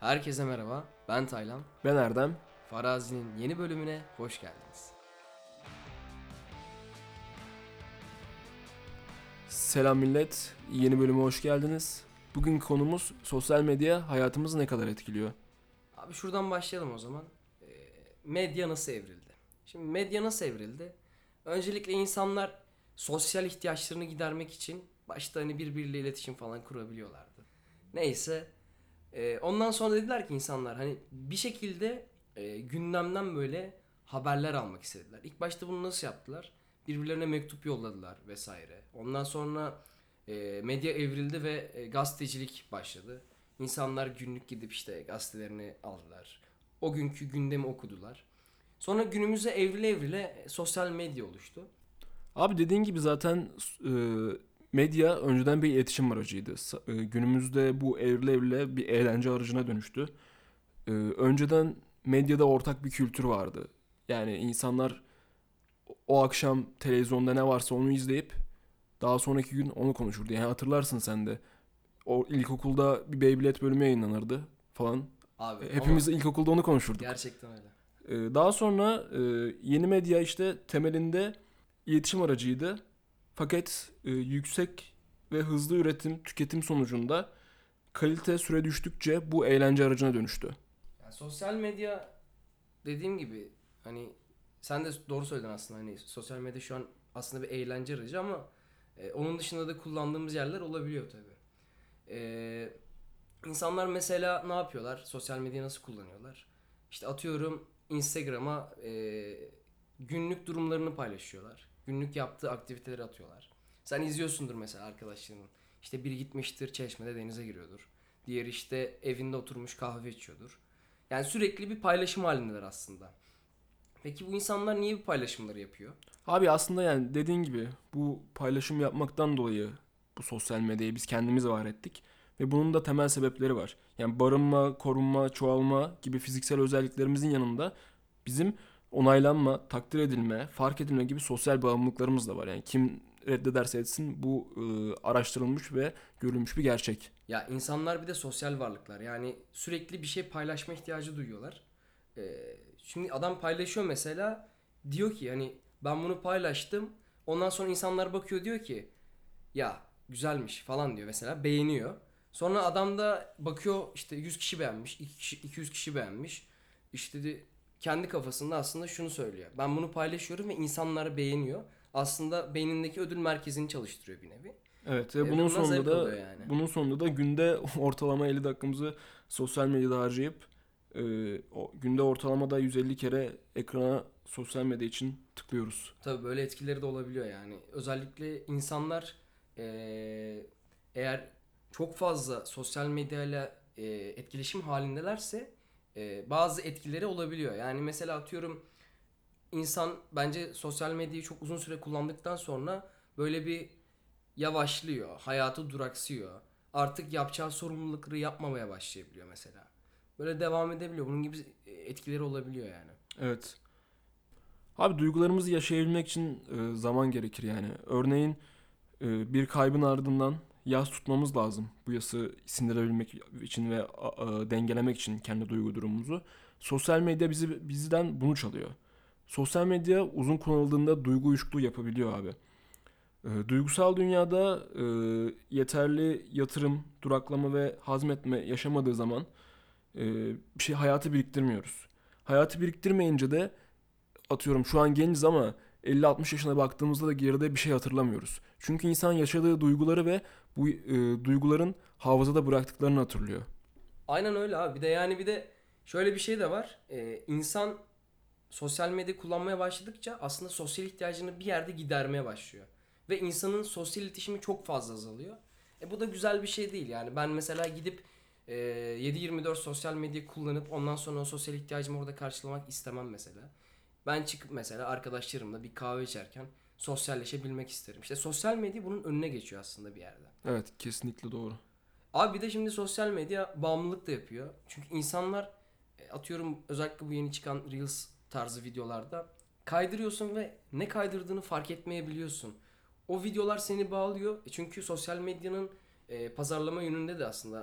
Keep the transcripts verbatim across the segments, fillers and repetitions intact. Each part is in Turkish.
Herkese merhaba, ben Taylan. Ben Erdem. Farazi'nin yeni bölümüne hoş geldiniz. Selam millet. Yeni bölüme hoş geldiniz. Bugün konumuz sosyal medya hayatımızı ne kadar etkiliyor? Abi şuradan başlayalım o zaman. Ee, medya nasıl evrildi? Şimdi medya nasıl evrildi? Öncelikle insanlar sosyal ihtiyaçlarını gidermek için başta hani birbiriyle iletişim falan kurabiliyorlardı. Neyse. Ee, ondan sonra dediler ki insanlar hani bir şekilde e, gündemden böyle haberler almak istediler. İlk başta bunu nasıl yaptılar? Birbirlerine mektup yolladılar vesaire. Ondan sonra e, medya evrildi ve e, gazetecilik başladı. İnsanlar günlük gidip işte gazetelerini aldılar. O günkü gündemi okudular. Sonra günümüze evrile evrile sosyal medya oluştu. Abi dediğin gibi zaten e, medya önceden bir iletişim aracıydı. Sa- e, günümüzde bu evrile evrile bir eğlence aracına dönüştü. E, önceden medyada ortak bir kültür vardı. Yani insanlar o akşam televizyonda ne varsa onu izleyip daha sonraki gün onu konuşurdu. Yani hatırlarsın sen de. O ilkokulda bir Beyblade bölümü yayınlanırdı falan. Abi ama Hepimiz ilkokulda onu konuşurduk. gerçekten öyle. Ee, Daha sonra e, yeni medya işte temelinde iletişim aracıydı. Fakat e, yüksek ve hızlı üretim, tüketim sonucunda kalite süre düştükçe bu eğlence aracına dönüştü. Yani sosyal medya dediğim gibi hani sen de doğru söyledin aslında hani sosyal medya şu an aslında bir eğlence aracı ama e, onun dışında da kullandığımız yerler olabiliyor tabii. E, insanlar mesela ne yapıyorlar? Sosyal medyayı nasıl kullanıyorlar? İşte atıyorum Instagram'a e, günlük durumlarını paylaşıyorlar. Günlük yaptığı aktiviteleri atıyorlar. Sen izliyorsundur mesela arkadaşlarının. İşte biri gitmiştir Çeşme'de denize giriyordur. Diğeri işte evinde oturmuş kahve içiyordur. Yani sürekli bir paylaşım halindeler aslında. Peki bu insanlar niye bu paylaşımları yapıyor? Abi aslında yani dediğin gibi bu paylaşım yapmaktan dolayı bu sosyal medyayı biz kendimiz var ettik. Ve bunun da temel sebepleri var. Yani barınma, korunma, çoğalma gibi fiziksel özelliklerimizin yanında bizim onaylanma, takdir edilme, fark edilme gibi sosyal bağımlılıklarımız da var. Yani kim reddederse etsin bu e, araştırılmış ve görülmüş bir gerçek. Ya insanlar bir de sosyal varlıklar. Yani sürekli bir şey paylaşma ihtiyacı duyuyorlar. Ee, şimdi adam paylaşıyor mesela. Diyor ki hani ben bunu paylaştım. Ondan sonra insanlar bakıyor diyor ki ya güzelmiş falan diyor mesela beğeniyor. Sonra adam da bakıyor işte yüz kişi beğenmiş, iki kişi, iki yüz kişi beğenmiş. İşte de kendi kafasında aslında şunu söylüyor. Ben bunu paylaşıyorum ve insanlar beğeniyor. Aslında beynindeki ödül merkezini çalıştırıyor bir nevi. Evet ve E, ve bunun bundan sonunda zevk da alıyor yani. bunun sonunda da günde ortalama elli dakikamızı sosyal medyada harcayıp e, o günde ortalama da yüz elli kere ekrana sosyal medya için tıklıyoruz. Tabii böyle etkileri de olabiliyor yani. Özellikle insanlar eee, eğer çok fazla sosyal medyayla eee, etkileşim halindelerse eee, bazı etkileri olabiliyor. Yani mesela atıyorum insan bence sosyal medyayı çok uzun süre kullandıktan sonra böyle bir yavaşlıyor, hayatı duraksıyor. Artık yapacağı sorumlulukları yapmamaya başlayabiliyor mesela. Böyle devam edebiliyor. Bunun gibi etkileri olabiliyor yani. Evet. Abi duygularımızı yaşayabilmek için e, zaman gerekir yani. Örneğin e, bir kaybın ardından yas tutmamız lazım. Bu yası sindirebilmek için ve a- a- dengelemek için kendi duygu durumumuzu. Sosyal medya bizi bizden bunu çalıyor. Sosyal medya uzun kullanıldığında duygu uyuşukluğu yapabiliyor abi. E, duygusal dünyada e, yeterli yatırım, duraklama ve hazmetme yaşamadığı zaman e, bir şey hayatı biriktirmiyoruz. Hayatı biriktirmeyince de atıyorum şu an genciz ama elli altmış yaşına baktığımızda da geride bir şey hatırlamıyoruz. Çünkü insan yaşadığı duyguları ve bu e, duyguların hafızada bıraktıklarını hatırlıyor. Aynen öyle abi. Bir de yani bir de şöyle bir şey de var. Ee, insan sosyal medya kullanmaya başladıkça aslında sosyal ihtiyacını bir yerde gidermeye başlıyor. Ve insanın sosyal iletişimi çok fazla azalıyor. E bu da güzel bir şey değil. Yani ben mesela gidip e, yedi yirmi dört sosyal medya kullanıp ondan sonra o sosyal ihtiyacımı orada karşılamak istemem mesela. Ben çıkıp mesela arkadaşlarımla bir kahve içerken sosyalleşebilmek isterim. İşte sosyal medya bunun önüne geçiyor aslında bir yerde. Evet, kesinlikle doğru. Abi bir de şimdi sosyal medya bağımlılık da yapıyor. Çünkü insanlar e, atıyorum özellikle bu yeni çıkan Reels tarzı videolarda kaydırıyorsun ve ne kaydırdığını fark etmeyebiliyorsun. O videolar seni bağlıyor. E, Çünkü sosyal medyanın e, pazarlama yönünde de aslında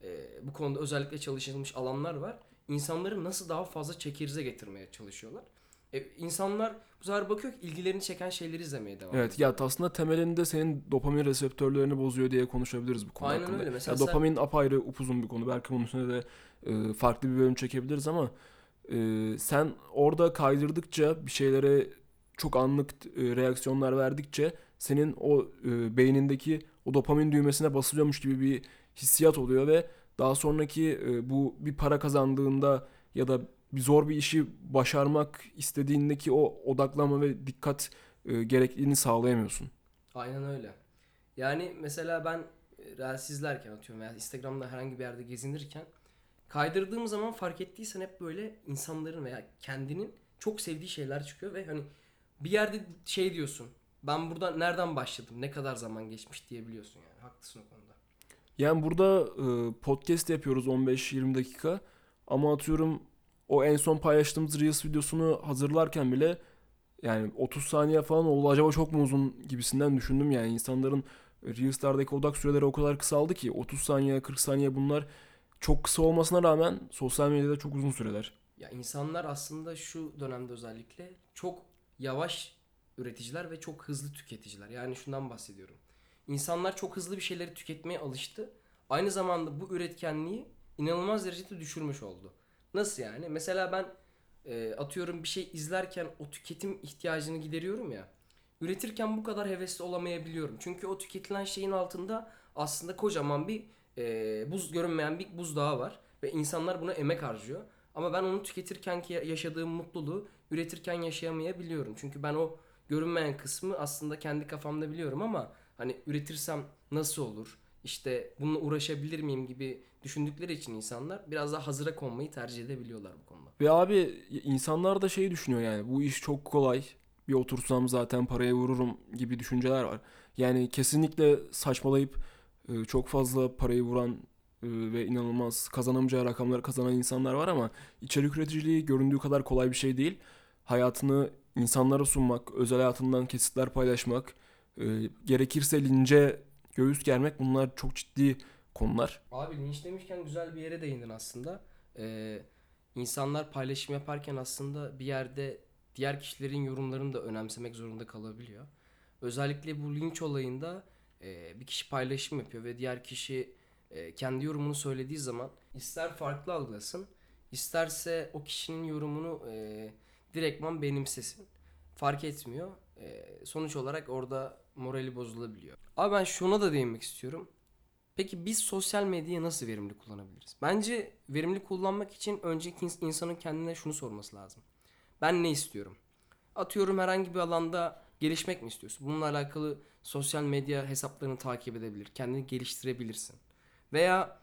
e, bu konuda özellikle çalışılmış alanlar var. İnsanları nasıl daha fazla çekirize getirmeye çalışıyorlar. E, insanlar bu sefer bakıyor ki ilgilerini çeken şeyleri izlemeye devam Evet ediyor. ya aslında temelinde senin dopamin reseptörlerini bozuyor diye konuşabiliriz bu konu Aynen hakkında. öyle. Ya Mesela sen dopamin apayrı upuzun bir konu. Belki bunun üstüne de e, farklı bir bölüm çekebiliriz ama e, sen orada kaydırdıkça bir şeylere çok anlık e, reaksiyonlar verdikçe senin o e, beynindeki o dopamin düğmesine basılıyormuş gibi bir hissiyat oluyor ve daha sonraki e, bu bir para kazandığında ya da bir zor bir işi başarmak istediğindeki o odaklanma ve dikkat e, gerekliliğini sağlayamıyorsun. aynen öyle. Yani mesela ben e, Reels izlerken atıyorum veya Instagram'da herhangi bir yerde gezinirken kaydırdığım zaman fark ettiysen hep böyle insanların veya kendinin çok sevdiği şeyler çıkıyor ve hani bir yerde şey diyorsun. Ben burada nereden başladım? Ne kadar zaman geçmiş diyebiliyorsun yani. Haklısın o konuda. Yani burada e, podcast yapıyoruz on beş yirmi dakika ama atıyorum o en son paylaştığımız Reels videosunu hazırlarken bile yani otuz saniye falan oldu acaba çok mu uzun gibisinden düşündüm yani insanların Reels'lardaki odak süreleri o kadar kısaldı ki otuz saniye kırk saniye bunlar çok kısa olmasına rağmen sosyal medyada çok uzun süreler. Ya insanlar aslında şu dönemde özellikle çok yavaş üreticiler ve çok hızlı tüketiciler. Yani şundan bahsediyorum. İnsanlar çok hızlı bir şeyleri tüketmeye alıştı. Aynı zamanda bu üretkenliği inanılmaz derecede düşürmüş oldu. Nasıl yani? Mesela ben e, atıyorum bir şey izlerken o tüketim ihtiyacını gideriyorum ya. Üretirken bu kadar hevesli olamayabiliyorum. Çünkü o tüketilen şeyin altında aslında kocaman bir e, buz görünmeyen bir buzdağı var. Ve insanlar buna emek harcıyor. Ama ben onu tüketirken ki yaşadığım mutluluğu üretirken yaşayamayabiliyorum. Çünkü ben o görünmeyen kısmı aslında kendi kafamda biliyorum ama hani üretirsem nasıl olur? İşte bununla uğraşabilir miyim gibi düşündükleri için insanlar biraz daha hazıra konmayı tercih edebiliyorlar bu konuda. Ve abi insanlar da şey düşünüyor yani bu iş çok kolay. Bir otursam zaten paraya vururum gibi düşünceler var. Yani kesinlikle saçmalayıp e, çok fazla parayı vuran e, ve inanılmaz kazanamayacağı rakamları kazanan insanlar var ama içerik üreticiliği göründüğü kadar kolay bir şey değil. Hayatını insanlara sunmak, özel hayatından kesitler paylaşmak, e, gerekirse lince göğüs germek bunlar çok ciddi konular. Abi linç demişken güzel bir yere değindin aslında. Ee, insanlar paylaşım yaparken aslında bir yerde diğer kişilerin yorumlarını da önemsemek zorunda kalabiliyor. Özellikle bu linç olayında e, bir kişi paylaşım yapıyor ve diğer kişi e, kendi yorumunu söylediği zaman ister farklı algılasın, isterse o kişinin yorumunu e, direktman benimsesin. Fark etmiyor. E, sonuç olarak orada morali bozulabiliyor. Abi ben şuna da değinmek istiyorum. Peki biz sosyal medyayı nasıl verimli kullanabiliriz? Bence verimli kullanmak için önceki ins- insanın kendine şunu sorması lazım. Ben ne istiyorum? Atıyorum herhangi bir alanda gelişmek mi istiyorsun? Bununla alakalı sosyal medya hesaplarını takip edebilir, kendini geliştirebilirsin. Veya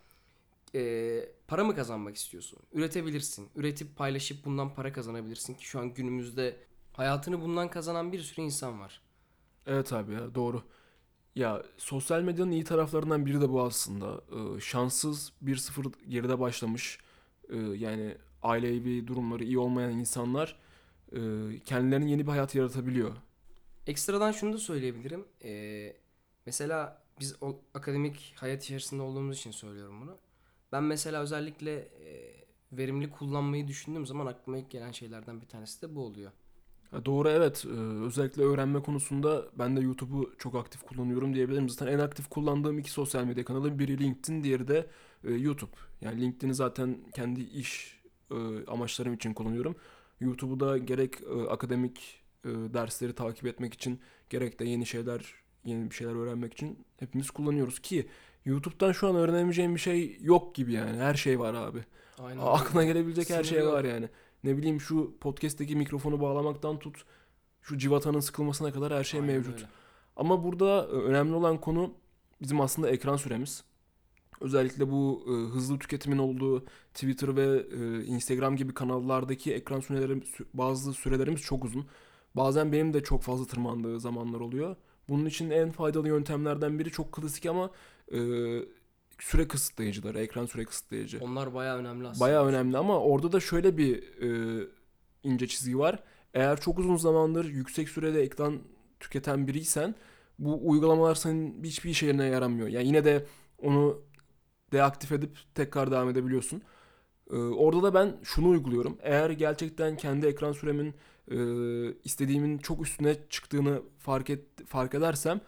e, para mı kazanmak istiyorsun? Üretebilirsin. Üretip paylaşıp bundan para kazanabilirsin ki şu an günümüzde hayatını bundan kazanan bir sürü insan var. Evet abi ya doğru. Ya sosyal medyanın iyi taraflarından biri de bu aslında. Ee, şanssız bir sıfır geride başlamış. Ee, yani ailevi durumları iyi olmayan insanlar e, kendilerine yeni bir hayat yaratabiliyor. Ekstradan şunu da söyleyebilirim. Ee, mesela biz o akademik hayat içerisinde olduğumuz için söylüyorum bunu. Ben mesela özellikle e, verimli kullanmayı düşündüğüm zaman aklıma ilk gelen şeylerden bir tanesi de bu oluyor. Ya doğru evet. Ee, özellikle öğrenme konusunda ben de YouTube'u çok aktif kullanıyorum diyebilirim. Zaten en aktif kullandığım iki sosyal medya kanalı biri LinkedIn, diğeri de e, YouTube. Yani LinkedIn'i zaten kendi iş e, amaçlarım için kullanıyorum. YouTube'u da gerek e, akademik e, dersleri takip etmek için gerek de yeni şeyler, yeni bir şeyler öğrenmek için hepimiz kullanıyoruz ki YouTube'dan şu an öğrenemeyeceğim bir şey yok gibi yani. Her şey var abi. Aynen Aklına öyle. gelebilecek her Sınırı şey var yok. yani. Ne bileyim şu podcast'teki mikrofonu bağlamaktan tut şu civatanın sıkılmasına kadar her şey Aynen mevcut. öyle. Ama burada e, önemli olan konu bizim aslında ekran süremiz. Özellikle bu e, hızlı tüketimin olduğu Twitter ve e, Instagram gibi kanallardaki ekran sürelerimiz, bazı sürelerimiz çok uzun. Bazen benim de çok fazla tırmandığı zamanlar oluyor. Bunun için en faydalı yöntemlerden biri çok klasik ama e, süre kısıtlayıcıları, ekran süre kısıtlayıcı. Onlar bayağı önemli Baya aslında önemli çünkü. ama orada da şöyle bir e, ince çizgi var. Eğer çok uzun zamandır yüksek sürede ekran tüketen biriysen bu uygulamalar senin hiçbir işe yerine yaramıyor. Yani yine de onu deaktif edip tekrar devam edebiliyorsun. Ee, orada da ben şunu uyguluyorum. Eğer gerçekten kendi ekran süremin e, istediğimin çok üstüne çıktığını fark et, fark edersem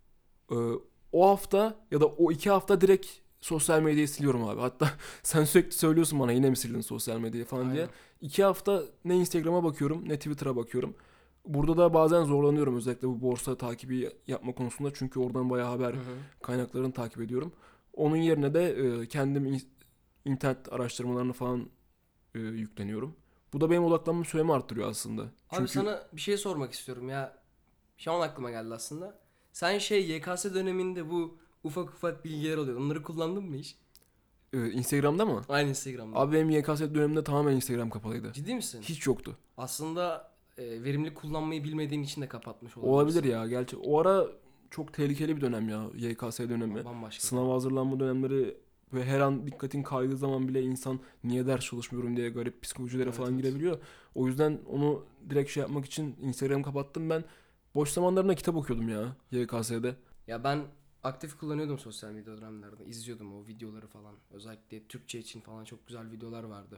e, o hafta ya da o iki hafta direkt sosyal medyayı siliyorum abi. Hatta sen sürekli söylüyorsun bana yine mi sildin sosyal medyayı falan diye. Aynen. İki hafta ne Instagram'a bakıyorum ne Twitter'a bakıyorum. Burada da bazen zorlanıyorum özellikle bu borsa takibi yapma konusunda. Çünkü oradan bayağı haber Hı hı. kaynaklarını takip ediyorum. Onun yerine de e, kendim in- internet araştırmalarını falan e, yükleniyorum. Bu da benim odaklanma süremi arttırıyor aslında. Abi Çünkü sana bir şey sormak istiyorum ya. Şu an aklıma geldi aslında. Sen şey Y K S döneminde bu ufak ufak bilgiler oluyor. Onları kullandın mı hiç? e, Instagram'da mı? Aynı Instagram'da. Abi benim Y K S döneminde tamamen Instagram kapalıydı. Ciddi misin? Hiç yoktu. Aslında e, verimli kullanmayı bilmediğin için de kapatmış Olabilir olabilirsin. ya. Gerçi o ara çok tehlikeli bir dönem ya Y K S dönemi. Bambaşka. Sınava hazırlanma dönemleri ve her an dikkatin kaydığı zaman bile insan niye ders çalışmıyorum diye garip psikolojilere Evet, falan evet. girebiliyor. O yüzden onu direkt şey yapmak için Instagram kapattım ben. Boş zamanlarımda kitap okuyordum ya Y K S'de. Ya ben aktif kullanıyordum sosyal medya dönemlerde. İzliyordum o videoları falan. Özellikle Türkçe için falan çok güzel videolar vardı.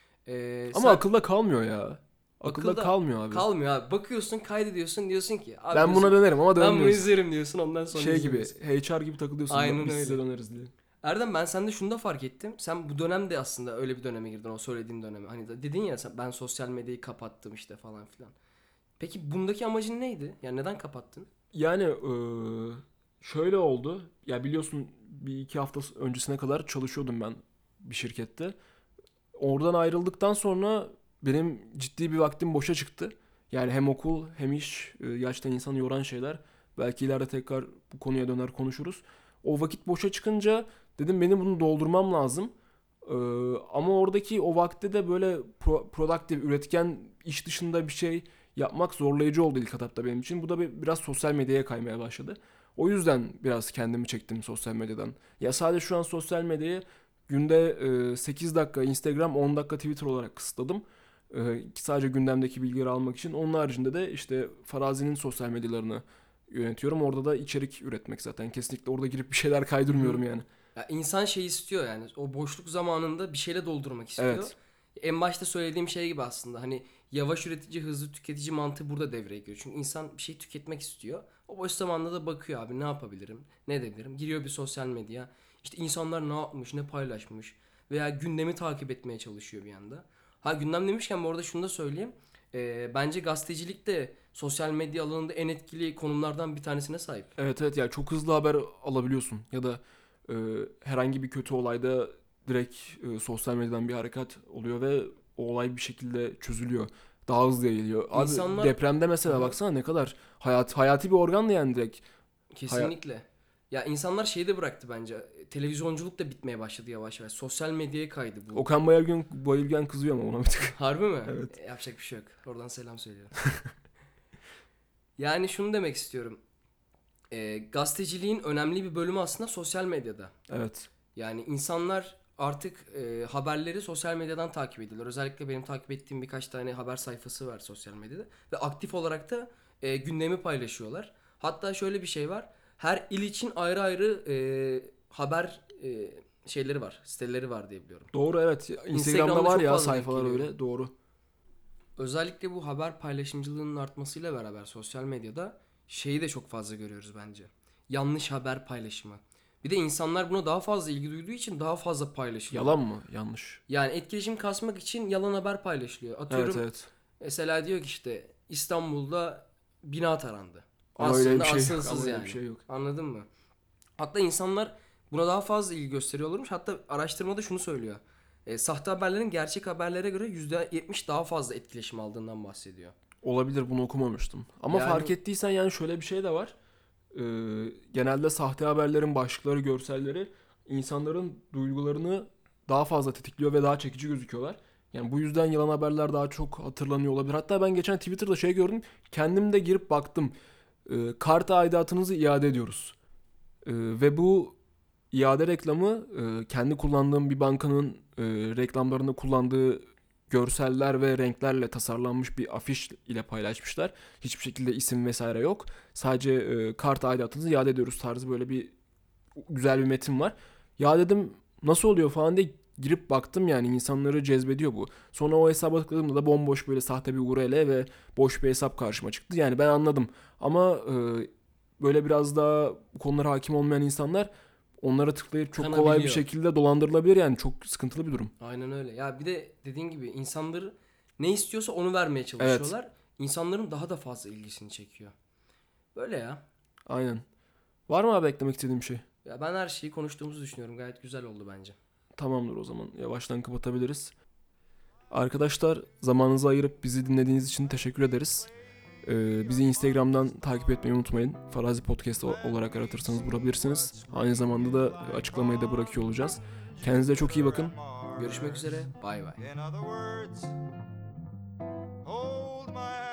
Ee, Ama sen akılda kalmıyor ya. Akılda, akılda kalmıyor abi. kalmıyor abi. Bakıyorsun, kaydediyorsun, diyorsun ki abi Ben diyorsun, buna dönerim ama ben bunu dönmüyoruz. izlerim diyorsun, ondan sonra Şey gibi izlemiyorsun. H R gibi takılıyorsun. Aynen Bak biz size öyle. döneriz diye. Erdem, ben sende şunu da fark ettim. Sen bu dönemde aslında öyle bir döneme girdin, o söylediğin döneme. Hani de- dedin ya sen, ben sosyal medyayı kapattım işte falan filan. Peki bundaki amacın neydi? Yani neden kapattın? Yani eee, şöyle oldu. Ya biliyorsun bir iki hafta öncesine kadar çalışıyordum ben bir şirkette. Oradan ayrıldıktan sonra benim ciddi bir vaktim boşa çıktı. Yani hem okul hem iş e, gerçekten insanı yoran şeyler. Belki ileride tekrar bu konuya döner konuşuruz. O vakit boşa çıkınca dedim benim bunu doldurmam lazım. Ee, ama oradaki o vakti de böyle pro- productive, üretken iş dışında bir şey yapmak zorlayıcı oldu ilk etapta benim için. Bu da bir- biraz sosyal medyaya kaymaya başladı. O yüzden biraz kendimi çektim sosyal medyadan. Ya sadece şu an sosyal medyayı günde e, sekiz dakika Instagram, on dakika Twitter olarak kısıtladım. E, sadece gündemdeki bilgileri almak için. Onun haricinde de işte Farazi'nin sosyal medyalarını yönetiyorum. Orada da içerik üretmek zaten. Kesinlikle orada girip bir şeyler Hı hı. kaydırmıyorum yani. Ya insan şey istiyor yani, o boşluk zamanında bir şeyle doldurmak istiyor. Evet. En başta söylediğim şey gibi aslında, hani yavaş üretici hızlı tüketici mantığı burada devreye giriyor. Çünkü insan bir şey tüketmek istiyor. O boş zamanda da bakıyor abi, ne yapabilirim, ne edebilirim. Giriyor bir sosyal medya. İşte insanlar ne yapmış, ne paylaşmış veya gündemi takip etmeye çalışıyor bir yanda. Ha, gündem demişken bu arada şunu da söyleyeyim. Ee, bence gazetecilik de sosyal medya alanında en etkili konumlardan bir tanesine sahip. Evet evet ya çok hızlı haber alabiliyorsun ya da e, herhangi bir kötü olayda direkt e, sosyal medyadan bir harekat oluyor ve o olay bir şekilde çözülüyor. Daha hızlı yayılıyor. Abi İnsanlar depremde mesela Aha, baksana ne kadar hayat hayati bir organdı yani direkt. Hayat kesinlikle. Ya insanlar şeyi de bıraktı bence. Televizyonculuk da bitmeye başladı yavaş yavaş. Sosyal medyaya kaydı bu. Okan Bayülgen Bayülgen kızıyor ama ona bir tık. Harbi mi? Evet. E, yapacak bir şey yok. Oradan selam söylüyorum. Yani şunu demek istiyorum. E, gazeteciliğin önemli bir bölümü aslında sosyal medyada. Evet. Yani insanlar artık e, haberleri sosyal medyadan takip ediyorlar. Özellikle benim takip ettiğim birkaç tane haber sayfası var sosyal medyada. Ve aktif olarak da e, gündemi paylaşıyorlar. Hatta şöyle bir şey var. Her il için ayrı ayrı e, haber e, şeyleri var. Siteleri var diye biliyorum. Doğru evet. Instagram'da Instagram'da var çok ya fazla denk sayfalar geliyor. öyle. Doğru. Özellikle bu haber paylaşımcılığının artmasıyla beraber sosyal medyada şeyi de çok fazla görüyoruz bence. Yanlış haber paylaşımı. Bir de insanlar buna daha fazla ilgi duyduğu için daha fazla paylaşılıyor. Yalan mı? Yanlış. Yani etkileşim kasmak için yalan haber paylaşılıyor. Evet Atıyorum evet. mesela diyor ki işte İstanbul'da bina tarandı. Ama öyle bir Aslında şey yok. asılsız Ama öyle yani. bir şey yok. Anladın mı? Hatta insanlar buna daha fazla ilgi gösteriyorlarmış. Hatta araştırmada şunu söylüyor. E, sahte haberlerin gerçek haberlere göre yüzde yetmiş daha fazla etkileşim aldığından bahsediyor. Olabilir bunu okumamıştım. Ama fark Yani ettiysen yani şöyle bir şey de var. Ee, genelde sahte haberlerin başlıkları, görselleri insanların duygularını daha fazla tetikliyor ve daha çekici gözüküyorlar. Yani bu yüzden yalan haberler daha çok hatırlanıyor olabilir. Hatta ben geçen Twitter'da şey gördüm. Kendim de girip baktım. Ee, kart aidatınızı iade ediyoruz. Ee, ve bu iade reklamı e, kendi kullandığım bir bankanın e, reklamlarında kullandığı görseller ve renklerle tasarlanmış bir afiş ile paylaşmışlar. Hiçbir şekilde isim vesaire yok. Sadece e, kart aidatınızı iade ediyoruz tarzı böyle bir güzel bir metin var. Ya dedim nasıl oluyor falan diye girip baktım, yani insanları cezbediyor bu. Sonra o hesaba tıkladığımda da bomboş böyle sahte bir U R L ve boş bir hesap karşıma çıktı. Yani ben anladım ama e, böyle biraz daha bu konulara hakim olmayan insanlar onlara tıklayıp çok kolay bir Kanabiliyor. şekilde dolandırılabilir, yani çok sıkıntılı bir durum. Aynen öyle. Ya bir de dediğin gibi insanları ne istiyorsa onu vermeye çalışıyorlar. İnsanların daha da fazla ilgisini çekiyor. Böyle ya. Aynen. Var mı abi eklemek istediğim şey? Ya ben her şeyi konuştuğumuzu düşünüyorum. Gayet güzel oldu bence. Tamamdır, o zaman yavaştan kapatabiliriz. Arkadaşlar, zamanınızı ayırıp bizi dinlediğiniz için teşekkür ederiz. Ee, bizi Instagram'dan takip etmeyi unutmayın. Farazi Podcast o- olarak aratırsanız bulabilirsiniz. Aynı zamanda da açıklamayı da bırakıyor olacağız. Kendinize çok iyi bakın. Görüşmek üzere. Bay bay. In other words, hold my